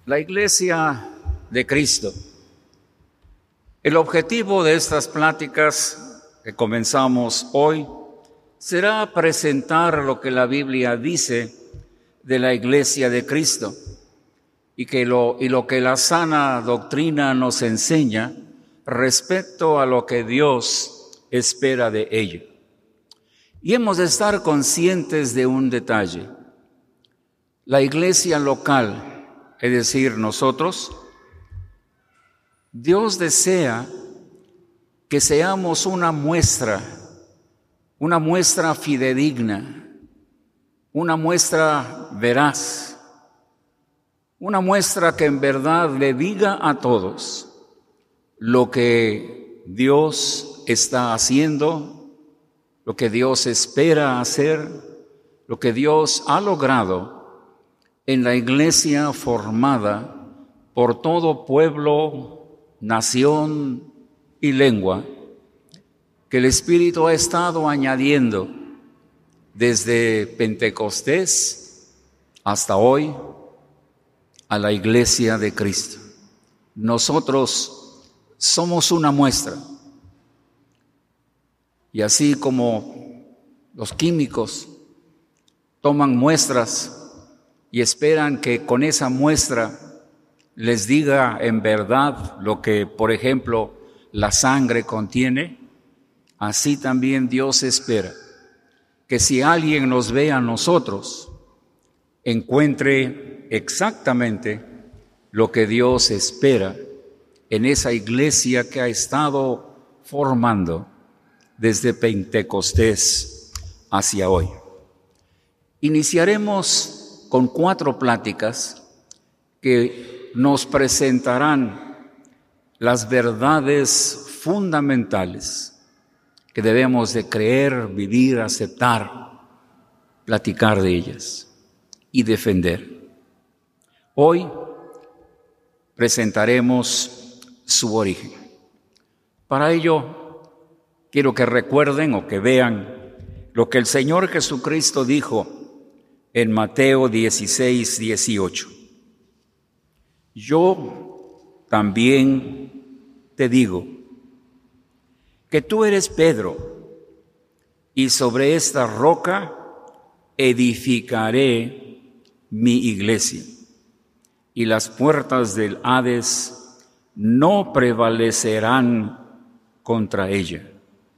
La Iglesia de Cristo. El objetivo de estas pláticas que comenzamos hoy será presentar lo que la Biblia dice de la Iglesia de Cristo y lo que la sana doctrina nos enseña respecto a lo que Dios espera de ella. Y hemos de estar conscientes de un detalle. La iglesia local, es decir, nosotros, Dios desea que seamos una muestra fidedigna, una muestra veraz, una muestra que en verdad le diga a todos lo que Dios está haciendo, lo que Dios espera hacer, lo que Dios ha logrado en la iglesia formada por todo pueblo, nación y lengua, que el Espíritu ha estado añadiendo desde Pentecostés hasta hoy a la Iglesia de Cristo. Nosotros somos una muestra. Y así como los químicos toman muestras y esperan que con esa muestra les diga en verdad lo que, por ejemplo, la sangre contiene, así también Dios espera que si alguien nos ve a nosotros, encuentre exactamente lo que Dios espera en esa iglesia que ha estado formando desde Pentecostés hacia hoy. Iniciaremos con 4 pláticas que nos presentarán las verdades fundamentales que debemos de creer, vivir, aceptar, platicar de ellas y defender. Hoy presentaremos su origen. Para ello, quiero que recuerden o que vean lo que el Señor Jesucristo dijo en Mateo 16, 18. Yo también te digo que tú eres Pedro, y sobre esta roca edificaré mi iglesia, y las puertas del Hades no prevalecerán contra ella.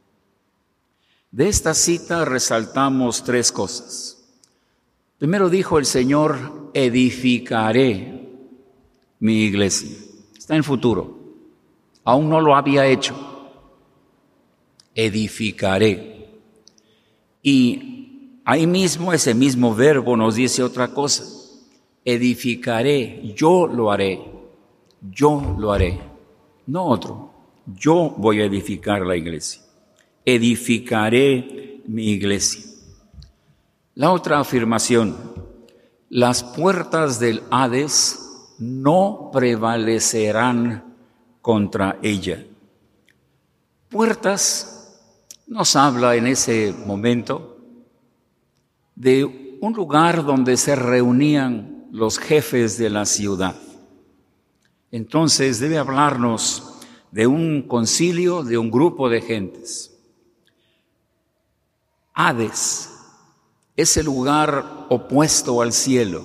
De esta cita resaltamos 3 cosas. Primero dijo el Señor, edificaré mi iglesia. Está en futuro. Aún no lo había hecho. Edificaré. Y ahí mismo, ese mismo verbo nos dice otra cosa. Edificaré, yo lo haré. Yo lo haré. No otro. Yo voy a edificar la iglesia. Edificaré mi iglesia. La otra afirmación, las puertas del Hades no prevalecerán contra ella. Puertas nos habla en ese momento de un lugar donde se reunían los jefes de la ciudad. Entonces debe hablarnos de un concilio, de un grupo de gentes. Hades es el lugar opuesto al cielo.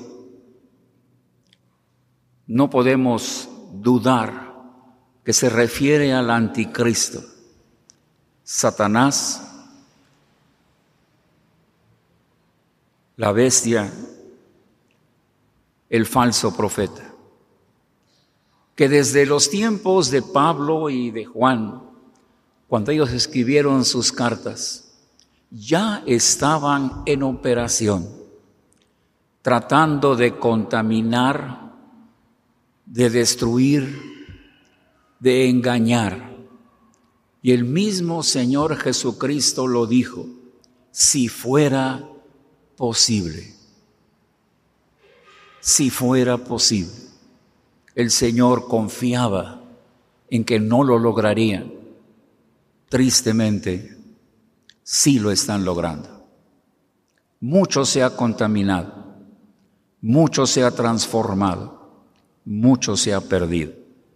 No podemos dudar que se refiere al anticristo, Satanás, la bestia, el falso profeta, que desde los tiempos de Pablo y de Juan, cuando ellos escribieron sus cartas, ya estaban en operación, tratando de contaminar, de destruir, de engañar. Y el mismo Señor Jesucristo lo dijo, si fuera posible. Si fuera posible. El Señor confiaba en que no lo lograrían. Tristemente, sí lo están logrando. Mucho se ha contaminado, mucho se ha transformado, mucho se ha perdido.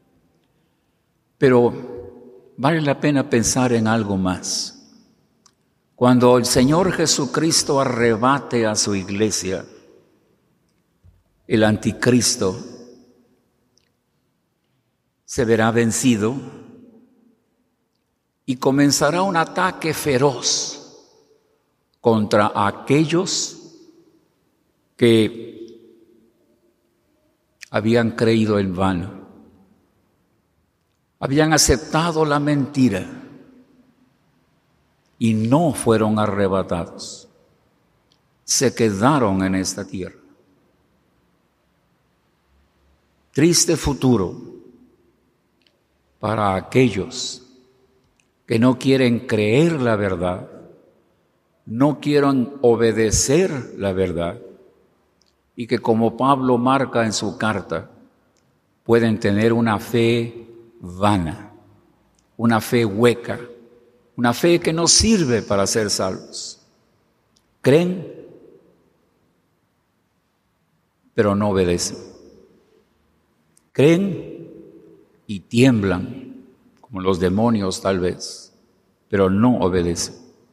Pero vale la pena pensar en algo más. Cuando el Señor Jesucristo arrebate a su iglesia, el anticristo se verá vencido y comenzará un ataque feroz contra aquellos que habían creído en vano, habían aceptado la mentira y no fueron arrebatados, se quedaron en esta tierra. Triste futuro para aquellos que no quieren creer la verdad, no quieren obedecer la verdad y que, como Pablo marca en su carta, pueden tener una fe vana, una fe hueca, una fe que no sirve para ser salvos. Creen, pero no obedecen. Creen y tiemblan, como los demonios tal vez, pero no obedecen.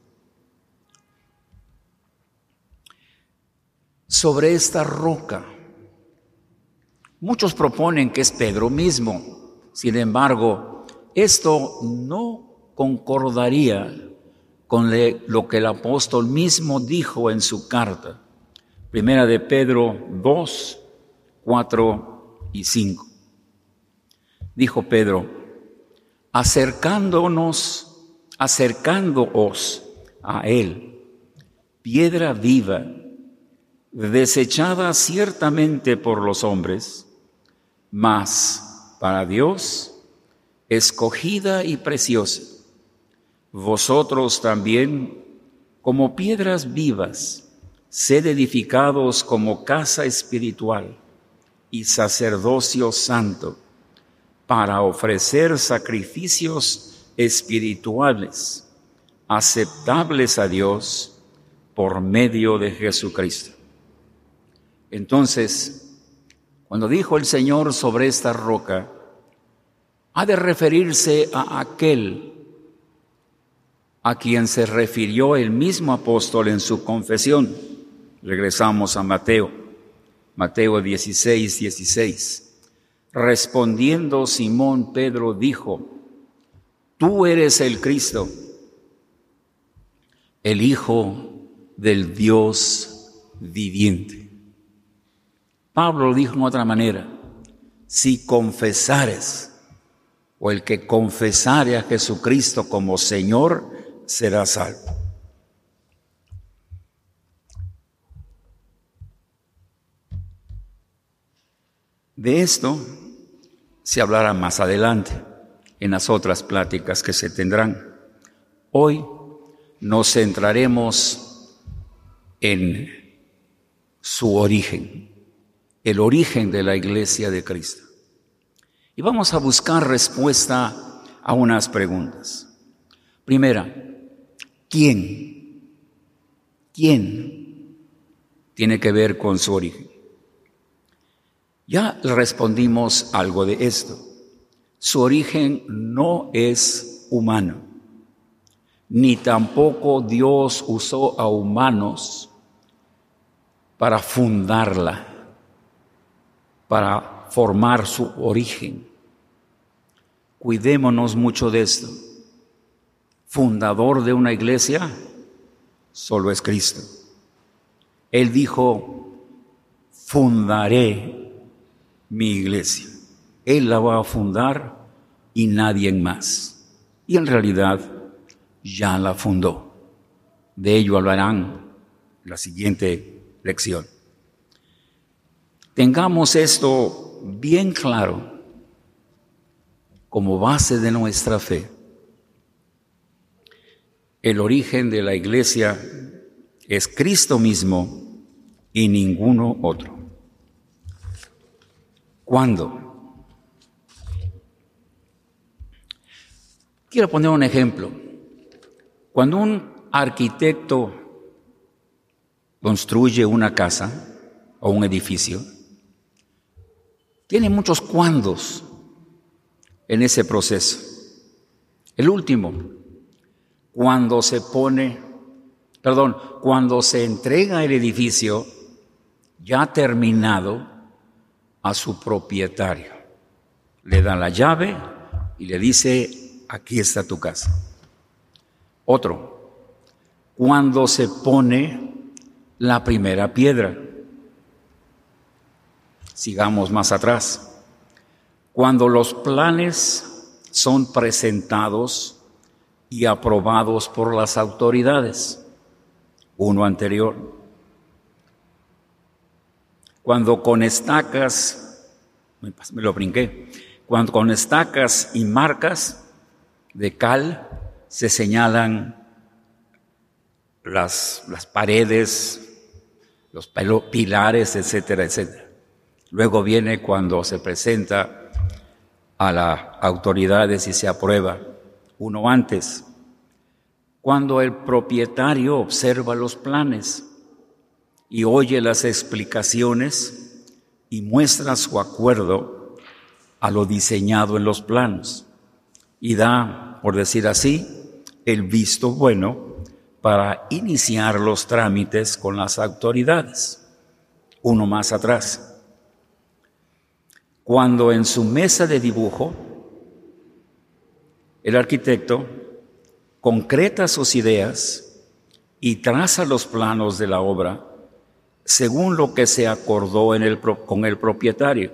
Sobre esta roca, muchos proponen que es Pedro mismo. Sin embargo, esto no concordaría con lo que el apóstol mismo dijo en su carta. Primera de Pedro 2, 4 y 5. Dijo Pedro: acercándoos a él, piedra viva, desechada ciertamente por los hombres, mas para Dios escogida y preciosa. Vosotros también, como piedras vivas, sed edificados como casa espiritual y sacerdocio santo, para ofrecer sacrificios espirituales aceptables a Dios por medio de Jesucristo. Entonces, cuando dijo el Señor sobre esta roca, ha de referirse a aquel a quien se refirió el mismo apóstol en su confesión. Regresamos a Mateo 16, 16. Respondiendo Simón Pedro dijo: tú eres el Cristo, el Hijo del Dios viviente. Pablo lo dijo en otra manera: si confesares, o el que confesare a Jesucristo como Señor, será salvo. De esto se hablará más adelante, en las otras pláticas que se tendrán. Hoy nos centraremos en su origen, el origen de la Iglesia de Cristo. Y vamos a buscar respuesta a unas preguntas. Primera, ¿quién tiene que ver con su origen? Ya respondimos algo de esto. Su origen no es humano, ni tampoco Dios usó a humanos para fundarla, para formar su origen. Cuidémonos mucho de esto. Fundador de una iglesia solo es Cristo. Él dijo: fundaré mi iglesia. Él la va a fundar y nadie más. Y en realidad ya la fundó. De ello hablarán en la siguiente lección. Tengamos esto bien claro como base de nuestra fe. El origen de la iglesia es Cristo mismo y ninguno otro. ¿Cuándo? Quiero poner un ejemplo. Cuando un arquitecto construye una casa o un edificio, Tiene muchos cuándos en ese proceso. El último, cuando se entrega el edificio ya terminado a su propietario. Le da la llave y le dice, aquí está tu casa. Otro, cuando se pone la primera piedra. Sigamos más atrás. Cuando los planes son presentados y aprobados por las autoridades. Uno anterior. Cuando con estacas, me lo brinqué, cuando con estacas y marcas de cal se señalan las paredes, los pilares, etcétera, etcétera. Luego viene cuando se presenta a las autoridades y se aprueba. Uno antes, cuando el propietario observa los planes y oye las explicaciones y muestra su acuerdo a lo diseñado en los planos y da, por decir así, el visto bueno para iniciar los trámites con las autoridades. Uno más atrás. Cuando en su mesa de dibujo, el arquitecto concreta sus ideas y traza los planos de la obra según lo que se acordó con el propietario.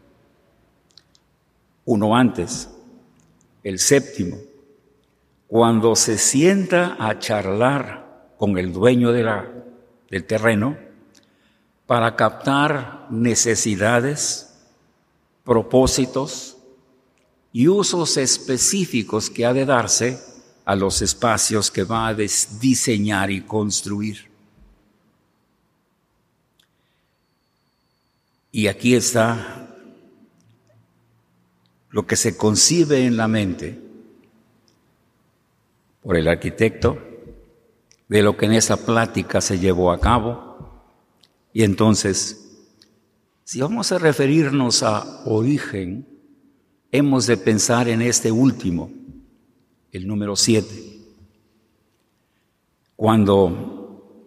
Uno antes, el séptimo, cuando se sienta a charlar con el dueño del terreno para captar necesidades, propósitos y usos específicos que ha de darse a los espacios que va a diseñar y construir. Y aquí está lo que se concibe en la mente por el arquitecto de lo que en esa plática se llevó a cabo. Y entonces, si vamos a referirnos a origen, hemos de pensar en este último, el número 7. Cuando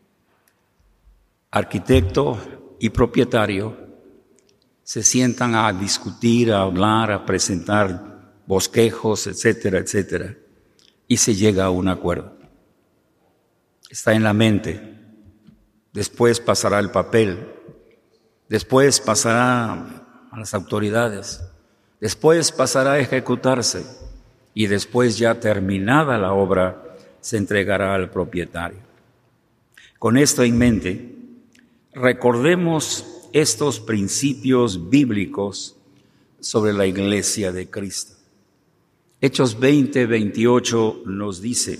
arquitecto y propietario se sientan a discutir, a hablar, a presentar bosquejos, etcétera, etcétera, y se llega a un acuerdo. Está en la mente. Después pasará el papel. Después pasará a las autoridades. Después pasará a ejecutarse. Y después, ya terminada la obra, se entregará al propietario. Con esto en mente, recordemos estos principios bíblicos sobre la Iglesia de Cristo. Hechos 20:28 nos dice: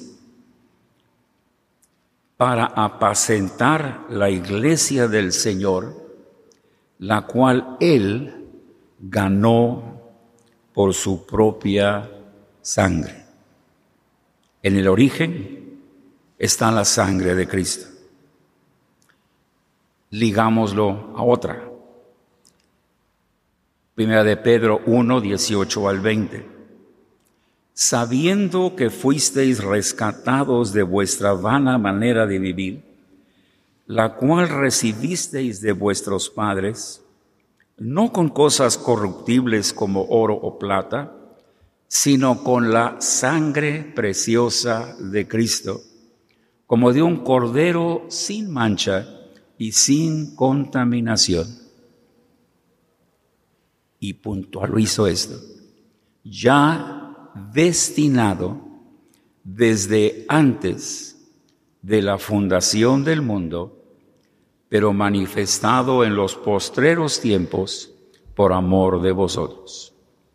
para apacentar la iglesia del Señor, la cual Él ganó por su propia sangre. En el origen está la sangre de Cristo. Ligámoslo a otra. Primera de Pedro 1:18-20. Sabiendo que fuisteis rescatados de vuestra vana manera de vivir, la cual recibisteis de vuestros padres, no con cosas corruptibles como oro o plata, sino con la sangre preciosa de Cristo, como de un cordero sin mancha y sin contaminación. Y puntualizó esto: ya destinado desde antes de la fundación del mundo, pero manifestado en los postreros tiempos por amor de vosotros.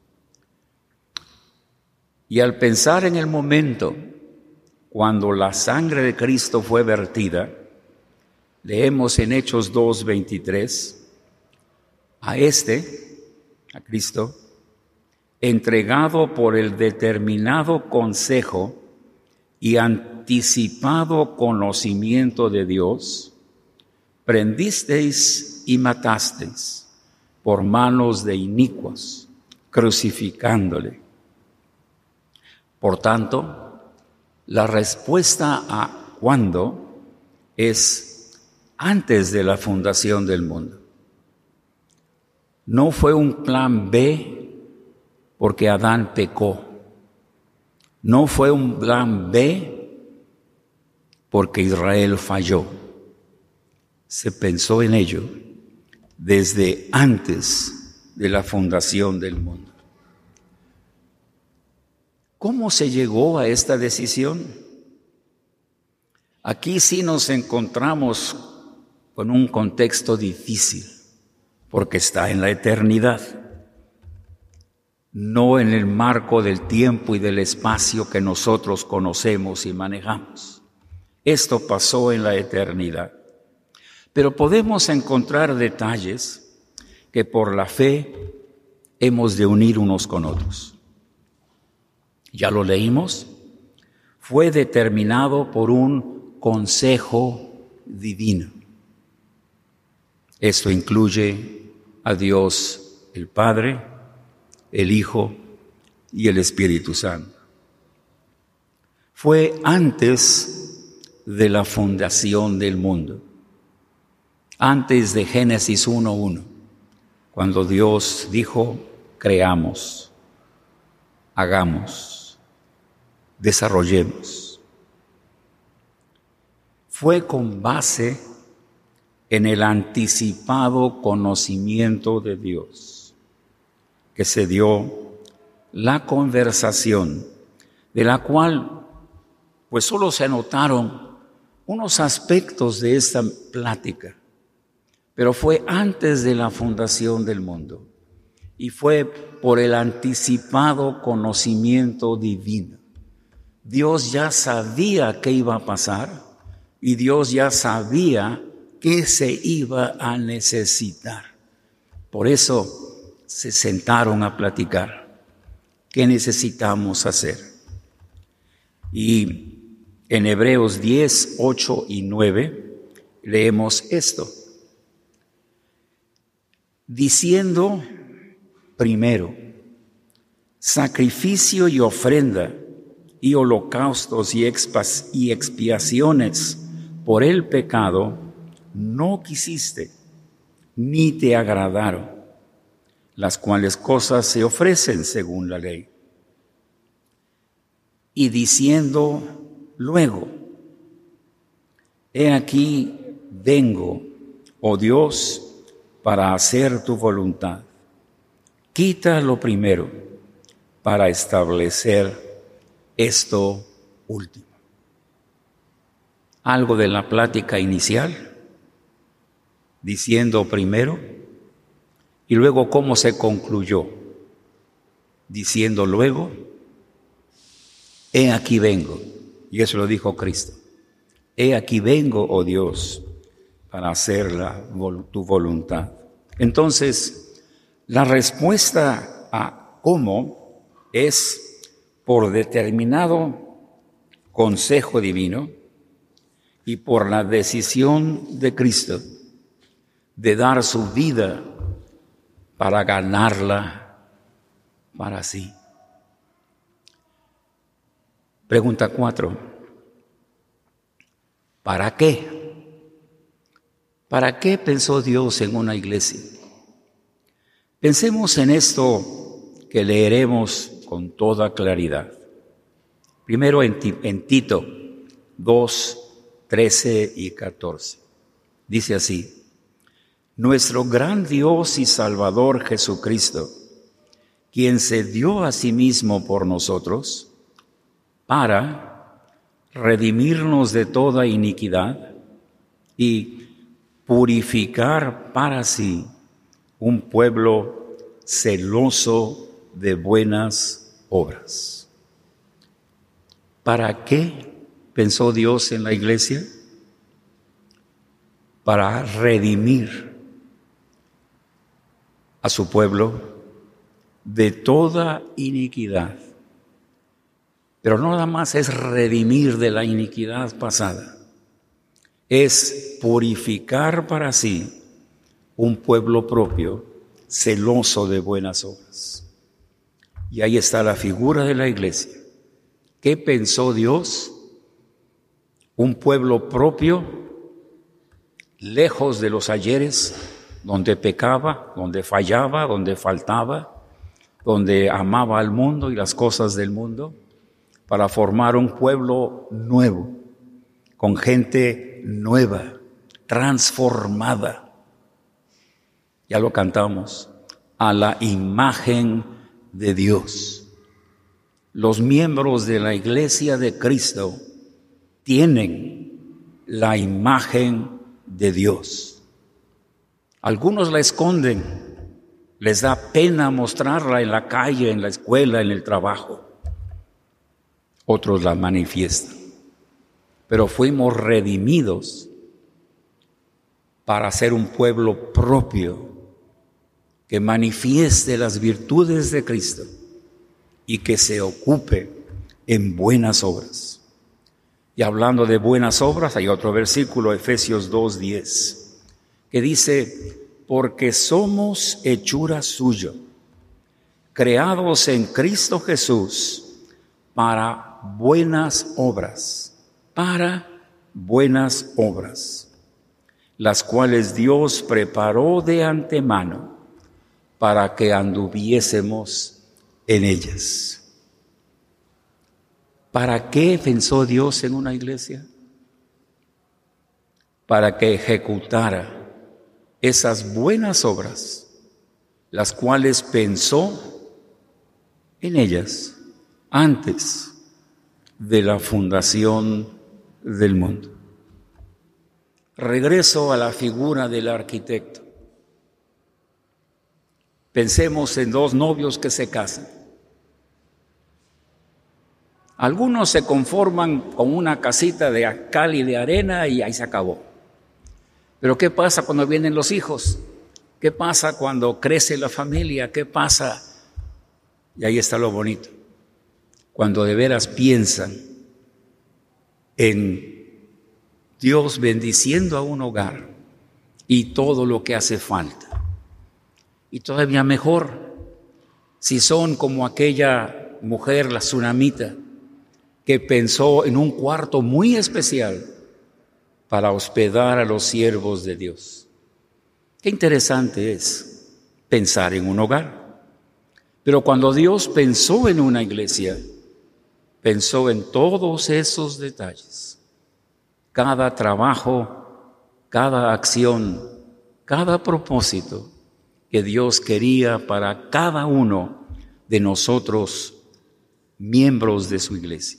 Y al pensar en el momento cuando la sangre de Cristo fue vertida, leemos en Hechos 2:23, a Cristo, entregado por el determinado consejo y anticipado conocimiento de Dios, prendisteis y matasteis, por manos de inicuos, crucificándole. Por tanto, la respuesta a cuándo es antes de la fundación del mundo. No fue un plan B porque Adán pecó. No fue un plan B porque Israel falló. Se pensó en ello desde antes de la fundación del mundo. ¿Cómo se llegó a esta decisión? Aquí sí nos encontramos con un contexto difícil, porque está en la eternidad, no en el marco del tiempo y del espacio que nosotros conocemos y manejamos. Esto pasó en la eternidad. Pero podemos encontrar detalles que por la fe hemos de unir unos con otros. Ya lo leímos, fue determinado por un consejo divino. Esto incluye a Dios el Padre, el Hijo y el Espíritu Santo. Fue antes de la fundación del mundo, antes de Génesis 1:1, cuando Dios dijo, creamos, hagamos, desarrollemos. Fue con base en el anticipado conocimiento de Dios que se dio la conversación, de la cual pues solo se anotaron unos aspectos de esta plática, pero fue antes de la fundación del mundo y fue por el anticipado conocimiento divino. Dios ya sabía qué iba a pasar y Dios ya sabía qué se iba a necesitar. Por eso se sentaron a platicar. ¿Qué necesitamos hacer? Y en Hebreos 10, 8 y 9 leemos esto. Diciendo primero, sacrificio y ofrenda y holocaustos y expiaciones por el pecado no quisiste, ni te agradaron, las cuales cosas se ofrecen según la ley. Y diciendo luego, he aquí vengo, oh Dios, para hacer tu voluntad. Quita lo primero para establecer esto último. Algo de la plática inicial, diciendo primero, y luego cómo se concluyó, diciendo luego, he aquí vengo, y eso lo dijo Cristo, he aquí vengo, oh Dios, para hacer tu voluntad. Entonces, la respuesta a cómo es por determinado consejo divino y por la decisión de Cristo de dar su vida para ganarla para sí. Pregunta 4. ¿Para qué? ¿Para qué pensó Dios en una iglesia? Pensemos en esto que leeremos con toda claridad. Primero en Tito 2, 13 y 14. Dice así, nuestro gran Dios y Salvador Jesucristo, quien se dio a sí mismo por nosotros, para redimirnos de toda iniquidad y purificar para sí un pueblo celoso de buenas obras. ¿Para qué pensó Dios en la iglesia? Para redimir a su pueblo de toda iniquidad. Pero no nada más es redimir de la iniquidad pasada, es purificar para sí un pueblo propio, celoso de buenas obras. Y ahí está la figura de la iglesia. ¿Qué pensó Dios? Un pueblo propio, lejos de los ayeres, donde pecaba, donde fallaba, donde faltaba, donde amaba al mundo y las cosas del mundo, para formar un pueblo nuevo, con gente nueva, transformada. Ya lo cantamos, a la imagen de Dios. Los miembros de la Iglesia de Cristo tienen la imagen de Dios. Algunos la esconden, les da pena mostrarla en la calle, en la escuela, en el trabajo. Otros la manifiestan. Pero fuimos redimidos para ser un pueblo propio que manifieste las virtudes de Cristo y que se ocupe en buenas obras. Y hablando de buenas obras, hay otro versículo, Efesios 2:10, que dice: porque somos hechura suya, creados en Cristo Jesús para buenas obras, las cuales Dios preparó de antemano para que anduviésemos en ellas. ¿Para qué pensó Dios en una iglesia? Para que ejecutara esas buenas obras, las cuales pensó en ellas antes de la fundación del mundo. Regreso a la figura del arquitecto. Pensemos en dos novios que se casan. Algunos se conforman con una casita de cal y de arena y ahí se acabó. Pero ¿qué pasa cuando vienen los hijos? ¿Qué pasa cuando crece la familia? ¿Qué pasa? Y ahí está lo bonito. Cuando de veras piensan en Dios bendiciendo a un hogar y todo lo que hace falta. Y todavía mejor, si son como aquella mujer, la tsunamita, que pensó en un cuarto muy especial para hospedar a los siervos de Dios. Qué interesante es pensar en un hogar. Pero cuando Dios pensó en una iglesia, pensó en todos esos detalles. Cada trabajo, cada acción, cada propósito que Dios quería para cada uno de nosotros, miembros de su iglesia.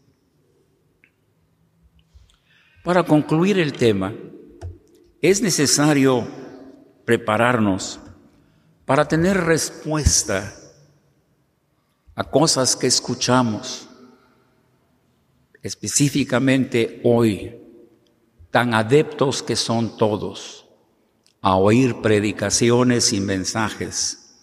Para concluir el tema, es necesario prepararnos para tener respuesta a cosas que escuchamos, específicamente hoy, tan adeptos que son todos a oír predicaciones y mensajes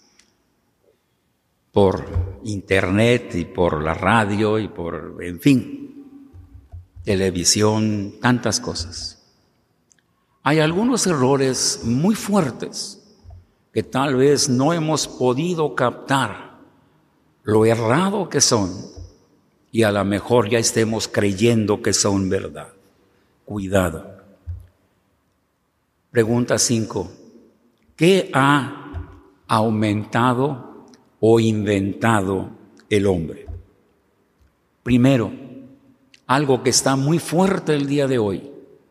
por internet y por la radio y por, en fin, televisión, tantas cosas. Hay algunos errores muy fuertes que tal vez no hemos podido captar lo errado que son y a lo mejor ya estemos creyendo que son verdad. Cuidado. Pregunta 5. ¿Qué ha aumentado o inventado el hombre? Primero, algo que está muy fuerte el día de hoy.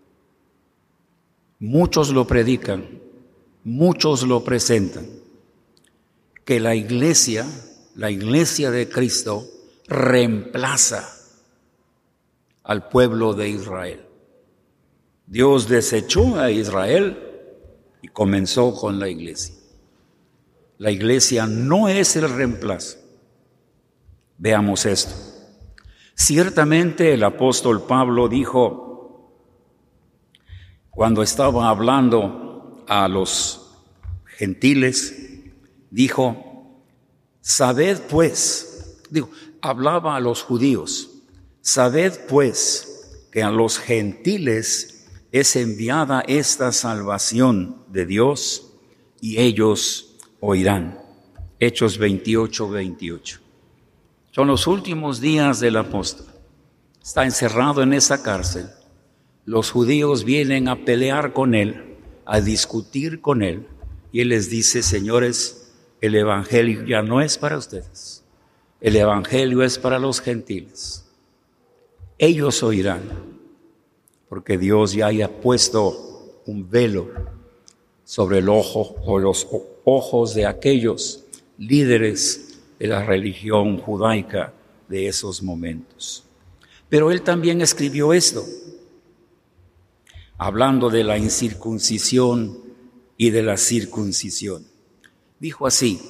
Muchos lo predican, muchos lo presentan, que la iglesia de Cristo reemplaza al pueblo de Israel. Dios desechó a Israel y comenzó con la iglesia. La iglesia no es el reemplazo. Veamos esto. Ciertamente el apóstol Pablo dijo, cuando estaba hablando a los gentiles, dijo, sabed pues, hablaba a los judíos, sabed pues que a los gentiles es enviada esta salvación de Dios y ellos oirán. Hechos 28:28. Son los últimos días del apóstol. Está encerrado en esa cárcel. Los judíos vienen a pelear con él, a discutir con él. Y él les dice: señores, el evangelio ya no es para ustedes. El evangelio es para los gentiles. Ellos oirán, porque Dios ya haya puesto un velo sobre el ojo o los ojos de aquellos líderes de la religión judaica de esos momentos. Pero él también escribió esto, hablando de la incircuncisión y de la circuncisión. Dijo así,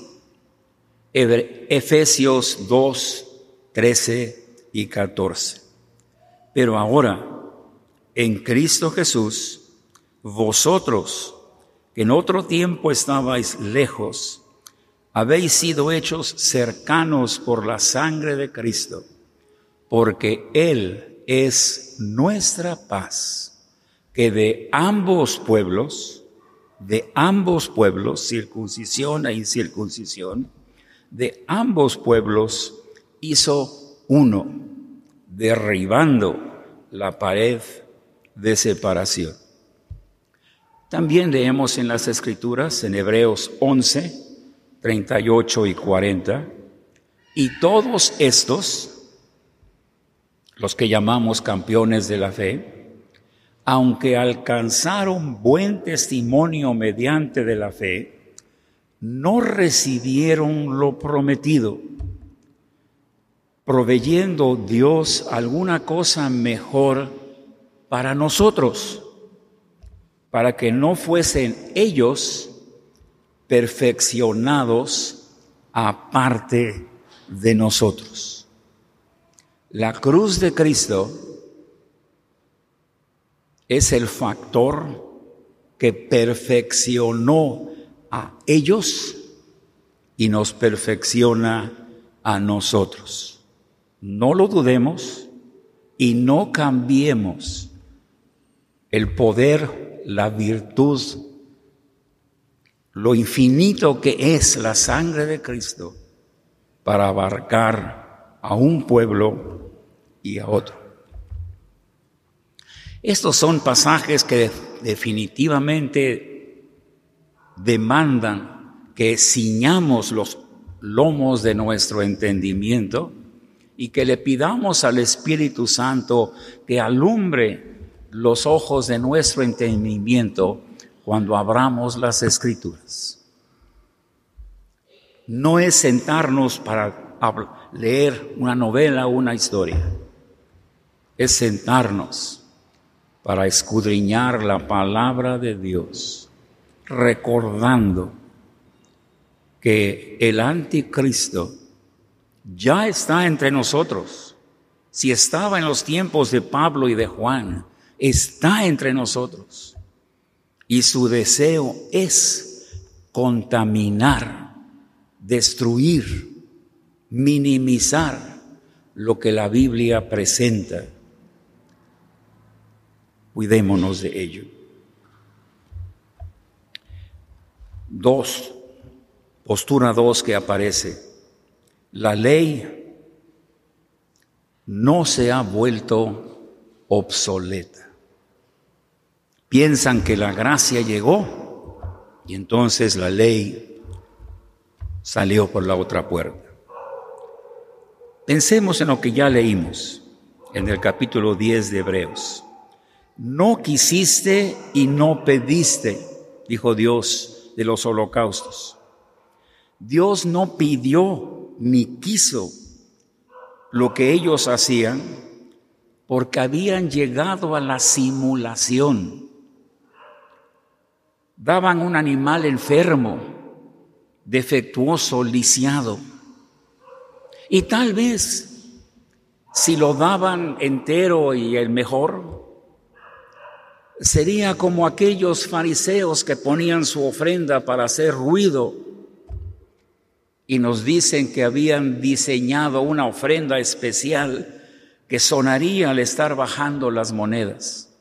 Efesios 2:13-14. Pero ahora, en Cristo Jesús, vosotros, que en otro tiempo estabais lejos, habéis sido hechos cercanos por la sangre de Cristo, porque Él es nuestra paz, que de ambos pueblos, circuncisión e incircuncisión, de ambos pueblos hizo uno, derribando la pared de separación. También leemos en las Escrituras, en Hebreos 11:38 y 40, y todos estos, los que llamamos campeones de la fe, aunque alcanzaron buen testimonio mediante de la fe, no recibieron lo prometido, proveyendo Dios alguna cosa mejor para nosotros, para que no fuesen ellos perfeccionados aparte de nosotros. La cruz de Cristo es el factor que perfeccionó a ellos y nos perfecciona a nosotros. No lo dudemos y no cambiemos el poder, la virtud, lo infinito que es la sangre de Cristo para abarcar a un pueblo y a otro. Estos son pasajes que definitivamente demandan que ciñamos los lomos de nuestro entendimiento y que le pidamos al Espíritu Santo que alumbre los ojos de nuestro entendimiento cuando abramos las Escrituras. No es sentarnos para leer una novela o una historia, es sentarnos para escudriñar la palabra de Dios, recordando que el anticristo ya está entre nosotros. Si estaba en los tiempos de Pablo y de Juan, está entre nosotros. Y su deseo es contaminar, destruir, minimizar lo que la Biblia presenta. Cuidémonos de ello. 2, postura 2 que aparece. La ley no se ha vuelto obsoleta. Piensan que la gracia llegó y entonces la ley salió por la otra puerta. Pensemos en lo que ya leímos en el capítulo 10 de Hebreos. No quisiste y no pediste, dijo Dios de los holocaustos. Dios no pidió ni quiso lo que ellos hacían porque habían llegado a la simulación. Daban un animal enfermo, defectuoso, lisiado. Y tal vez, si lo daban entero y el mejor, sería como aquellos fariseos que ponían su ofrenda para hacer ruido y nos dicen que habían diseñado una ofrenda especial que sonaría al estar bajando las monedas.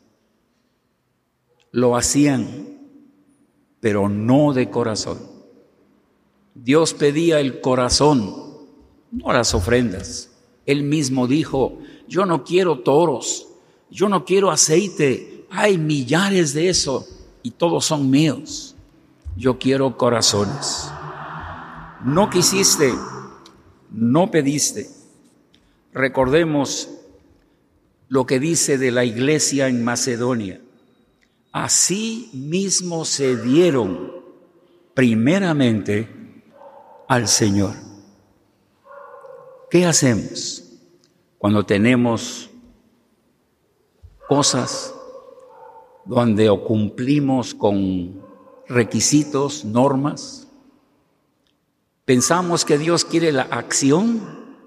Lo hacían, pero no de corazón. Dios pedía el corazón, no las ofrendas. Él mismo dijo, yo no quiero toros, yo no quiero aceite, hay millares de eso y todos son míos. Yo quiero corazones. No quisiste, no pediste. Recordemos lo que dice de la iglesia en Macedonia. Así mismo se dieron primeramente al Señor. ¿Qué hacemos cuando tenemos cosas donde cumplimos con requisitos, normas? ¿Pensamos que Dios quiere la acción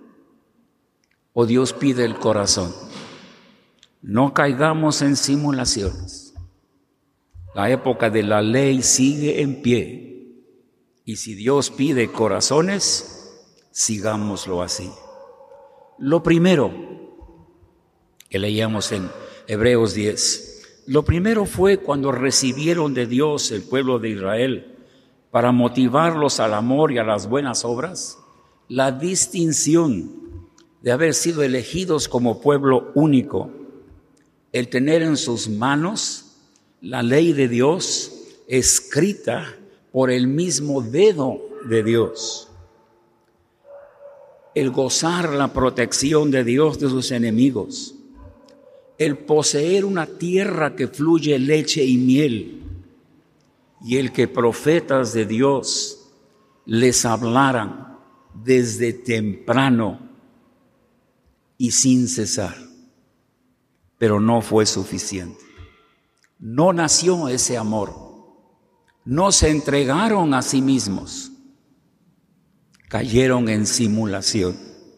o Dios pide el corazón? No caigamos en simulaciones. La época de la ley sigue en pie. Y si Dios pide corazones, sigámoslo así. Lo primero que leíamos en Hebreos 10, lo primero fue cuando recibieron de Dios el pueblo de Israel para motivarlos al amor y a las buenas obras, la distinción de haber sido elegidos como pueblo único, el tener en sus manos la ley de Dios escrita por el mismo dedo de Dios, el gozar la protección de Dios de sus enemigos, el poseer una tierra que fluye leche y miel, y el que profetas de Dios les hablaran desde temprano y sin cesar. Pero no fue suficiente. No nació ese amor. No se entregaron a sí mismos. Cayeron en simulación.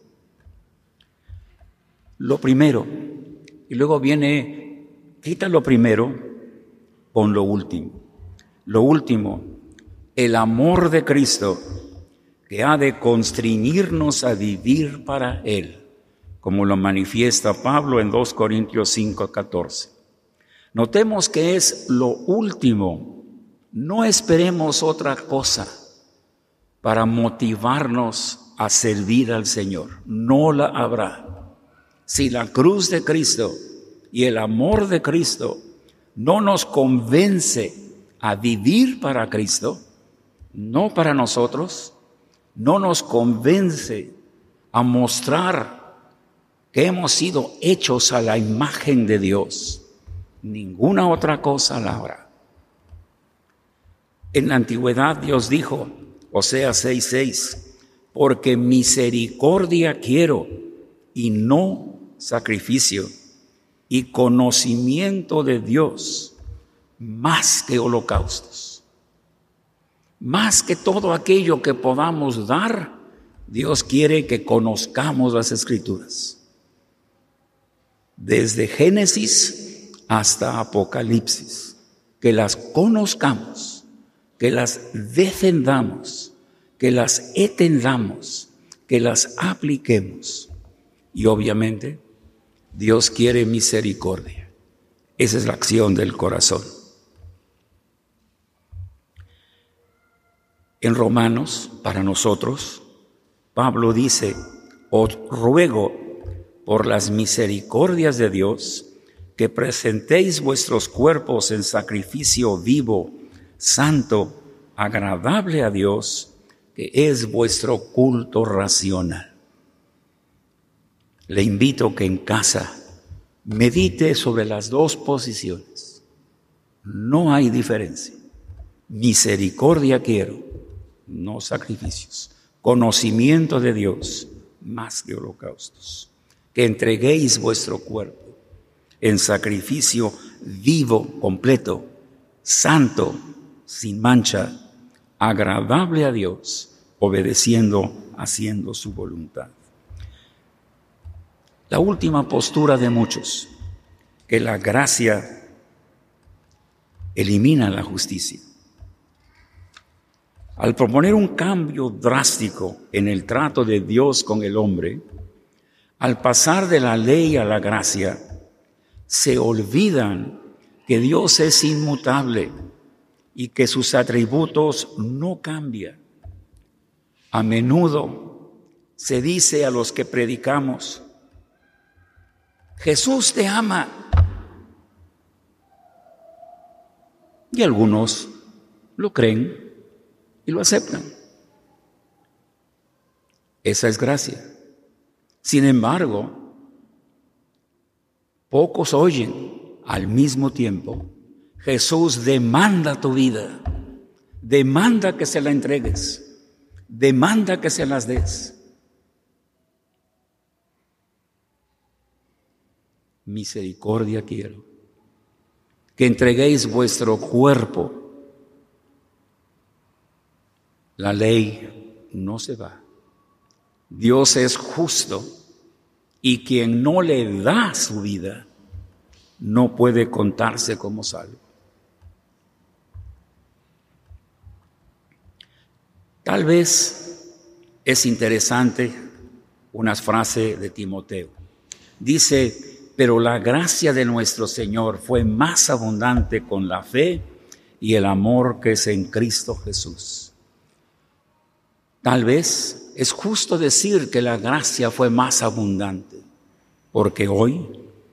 Lo primero, y luego viene, quita lo primero con lo último. Lo último, el amor de Cristo que ha de constreñirnos a vivir para Él, como lo manifiesta Pablo en 2 Corintios 5:14. Notemos que es lo último. No esperemos otra cosa para motivarnos a servir al Señor. No la habrá. Si la cruz de Cristo y el amor de Cristo no nos convence a vivir para Cristo, no para nosotros, no nos convence a mostrar que hemos sido hechos a la imagen de Dios, ninguna otra cosa la habrá. En la antigüedad Dios dijo, Oseas 6:6, porque misericordia quiero y no sacrificio, y conocimiento de Dios más que holocaustos. Más que todo aquello que podamos dar, Dios quiere que conozcamos las Escrituras. Desde Génesis hasta Apocalipsis, que las conozcamos, que las defendamos, que las entendamos, que las apliquemos. Y obviamente, Dios quiere misericordia. Esa es la acción del corazón. En Romanos, para nosotros, Pablo dice, os ruego por las misericordias de Dios que presentéis vuestros cuerpos en sacrificio vivo, santo, agradable a Dios, que es vuestro culto racional. Le invito que en casa medite sobre las dos posiciones. No hay diferencia. Misericordia quiero, no sacrificios. Conocimiento de Dios, más que holocaustos. Que entreguéis vuestro cuerpo en sacrificio vivo, completo, santo, sin mancha, agradable a Dios, obedeciendo, haciendo su voluntad. La última postura de muchos, que la gracia elimina la justicia. Al proponer un cambio drástico en el trato de Dios con el hombre, al pasar de la ley a la gracia, se olvidan que Dios es inmutable y que sus atributos no cambian. A menudo se dice a los que predicamos: Jesús te ama. Y algunos lo creen y lo aceptan. Esa es gracia. Sin embargo, pocos oyen al mismo tiempo: Jesús demanda tu vida, demanda que se la entregues, demanda que se las des. Misericordia quiero, que entreguéis vuestro cuerpo. La ley no se va. Dios es justo y quien no le da su vida no puede contarse como salvo. Tal vez es interesante una frase de Timoteo. Dice: pero la gracia de nuestro Señor fue más abundante con la fe y el amor que es en Cristo Jesús. Tal vez es justo decir que la gracia fue más abundante, porque hoy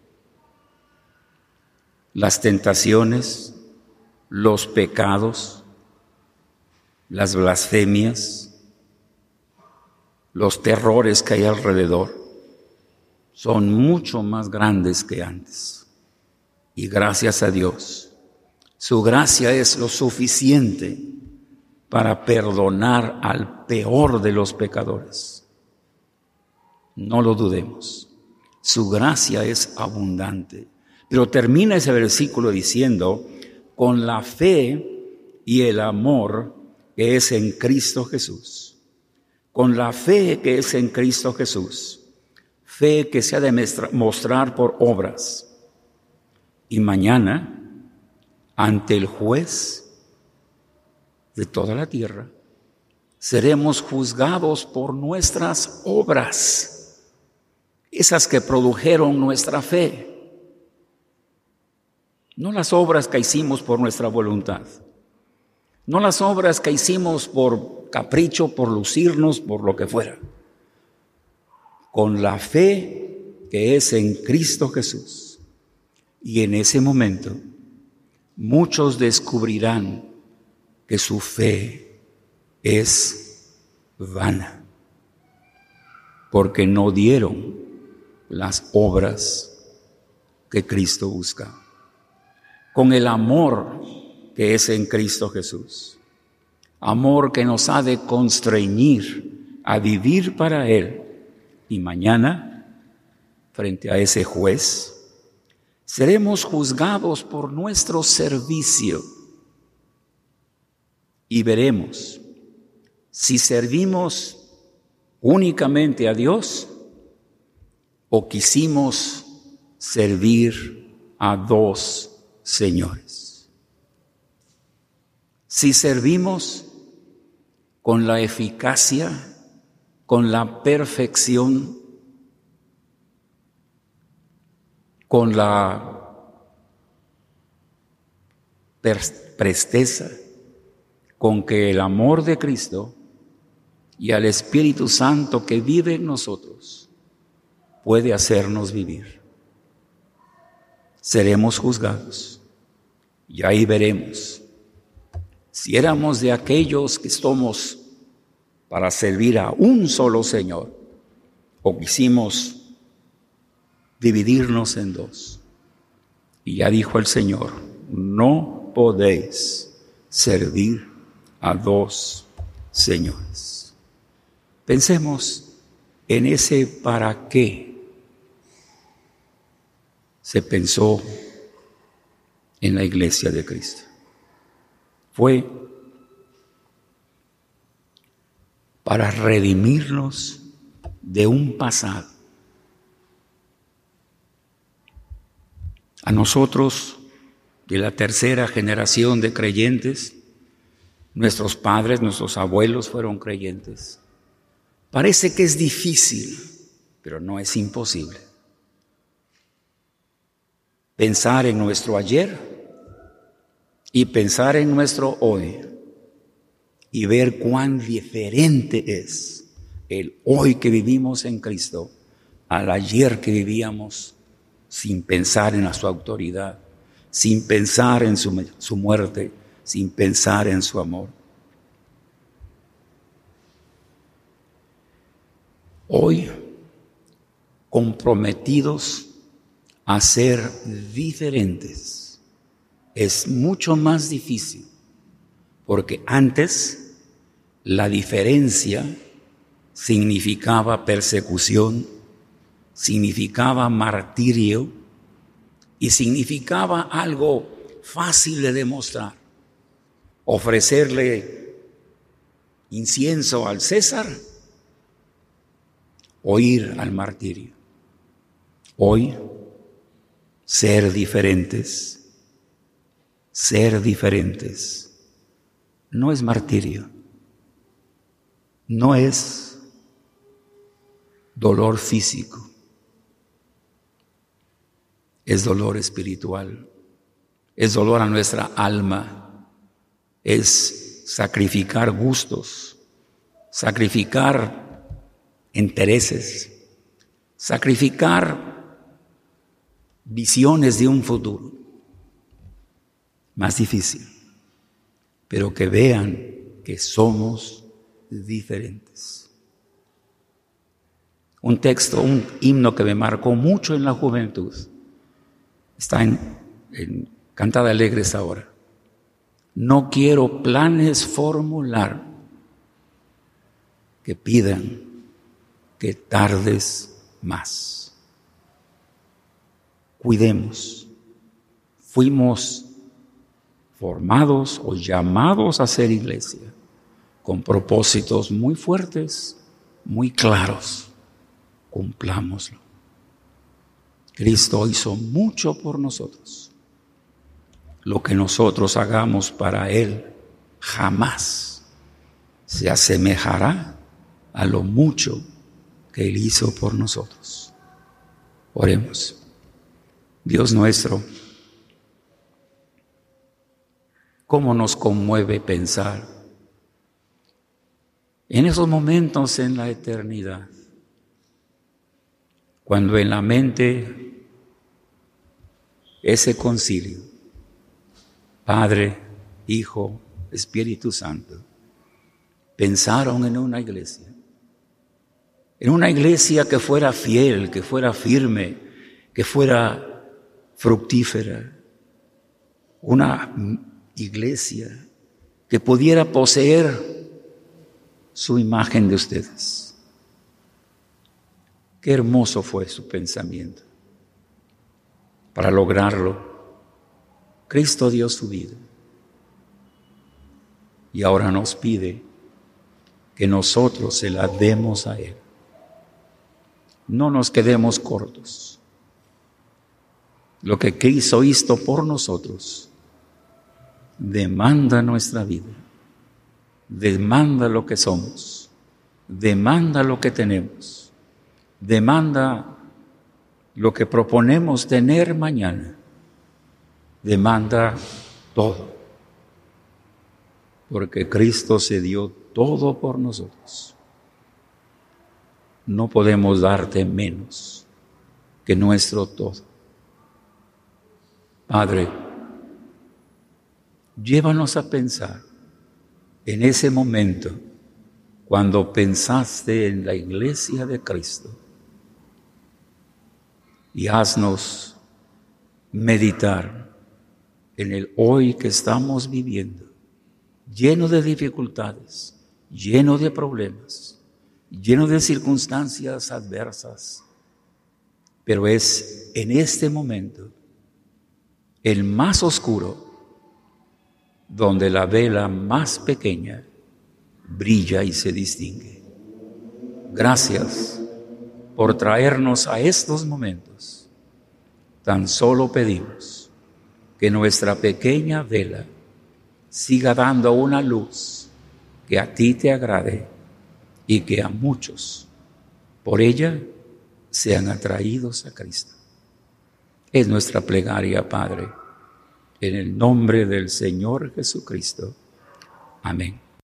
las tentaciones, los pecados, las blasfemias, los terrores que hay alrededor son mucho más grandes que antes. Y gracias a Dios, su gracia es lo suficiente para perdonar al peor de los pecadores. No lo dudemos. Su gracia es abundante. Pero termina ese versículo diciendo: con la fe y el amor que es en Cristo Jesús. Con la fe que es en Cristo Jesús. Fe que se ha de mostrar por obras. Y mañana, ante el juez de toda la tierra, seremos juzgados por nuestras obras, esas que produjeron nuestra fe, no las obras que hicimos por nuestra voluntad, no las obras que hicimos por capricho, por lucirnos, por lo que fuera. Con la fe que es en Cristo Jesús. Y en ese momento muchos descubrirán que su fe es vana, porque no dieron las obras que Cristo busca. Con el amor que es en Cristo Jesús, amor que nos ha de constreñir a vivir para Él. Y mañana, frente a ese juez, seremos juzgados por nuestro servicio. Y veremos si servimos únicamente a Dios o quisimos servir a dos señores. Si servimos con la eficacia, con la perfección, con la presteza con que el amor de Cristo y al Espíritu Santo que vive en nosotros puede hacernos vivir. Seremos juzgados y ahí veremos si éramos de aquellos que somos para servir a un solo Señor o quisimos dividirnos en dos. Y ya dijo el Señor: no podéis servir a dos señores. Pensemos en ese para qué se pensó en la iglesia de Cristo. Fue para redimirnos de un pasado. A nosotros, de la tercera generación de creyentes, nuestros padres, nuestros abuelos fueron creyentes. Parece que es difícil, pero no es imposible. Pensar en nuestro ayer y pensar en nuestro hoy y ver cuán diferente es el hoy que vivimos en Cristo al ayer que vivíamos sin pensar en su autoridad, sin pensar en su muerte, sin pensar en su amor. Hoy, comprometidos a ser diferentes, es mucho más difícil, porque antes la diferencia significaba persecución, significaba martirio y significaba algo fácil de demostrar. Ofrecerle incienso al César o ir al martirio. Hoy, ser diferentes no es martirio, no es dolor físico, es dolor espiritual, es dolor a nuestra alma, es sacrificar gustos, sacrificar intereses, sacrificar visiones de un futuro. Más difícil, pero que vean que somos diferentes. Un texto, un himno que me marcó mucho en la juventud, está en Cantada Alegres ahora. No quiero planes formular que pidan que tardes más. Cuidemos. Fuimos formados o llamados a ser iglesia con propósitos muy fuertes, muy claros. Cumplámoslo. Cristo hizo mucho por nosotros. Lo que nosotros hagamos para Él jamás se asemejará a lo mucho que Él hizo por nosotros. Oremos. Dios nuestro, cómo nos conmueve pensar en esos momentos en la eternidad, cuando en la mente ese concilio, Padre, Hijo, Espíritu Santo, pensaron en una iglesia que fuera fiel, que fuera firme, que fuera fructífera, una iglesia que pudiera poseer su imagen de ustedes. Qué hermoso fue su pensamiento. Para lograrlo, Cristo dio su vida y ahora nos pide que nosotros se la demos a Él. No nos quedemos cortos. Lo que Cristo hizo por nosotros demanda nuestra vida, demanda lo que somos, demanda lo que tenemos, demanda lo que proponemos tener mañana, demanda todo, porque Cristo se dio todo por nosotros. No podemos darte menos que nuestro todo. Padre, llévanos a pensar en ese momento cuando pensaste en la iglesia de Cristo y haznos meditar en el hoy que estamos viviendo, lleno de dificultades, lleno de problemas, lleno de circunstancias adversas, pero es en este momento el más oscuro, donde la vela más pequeña brilla y se distingue. Gracias por traernos a estos momentos. Tan solo pedimos que nuestra pequeña vela siga dando una luz que a ti te agrade y que a muchos por ella sean atraídos a Cristo. Es nuestra plegaria, Padre, en el nombre del Señor Jesucristo. Amén.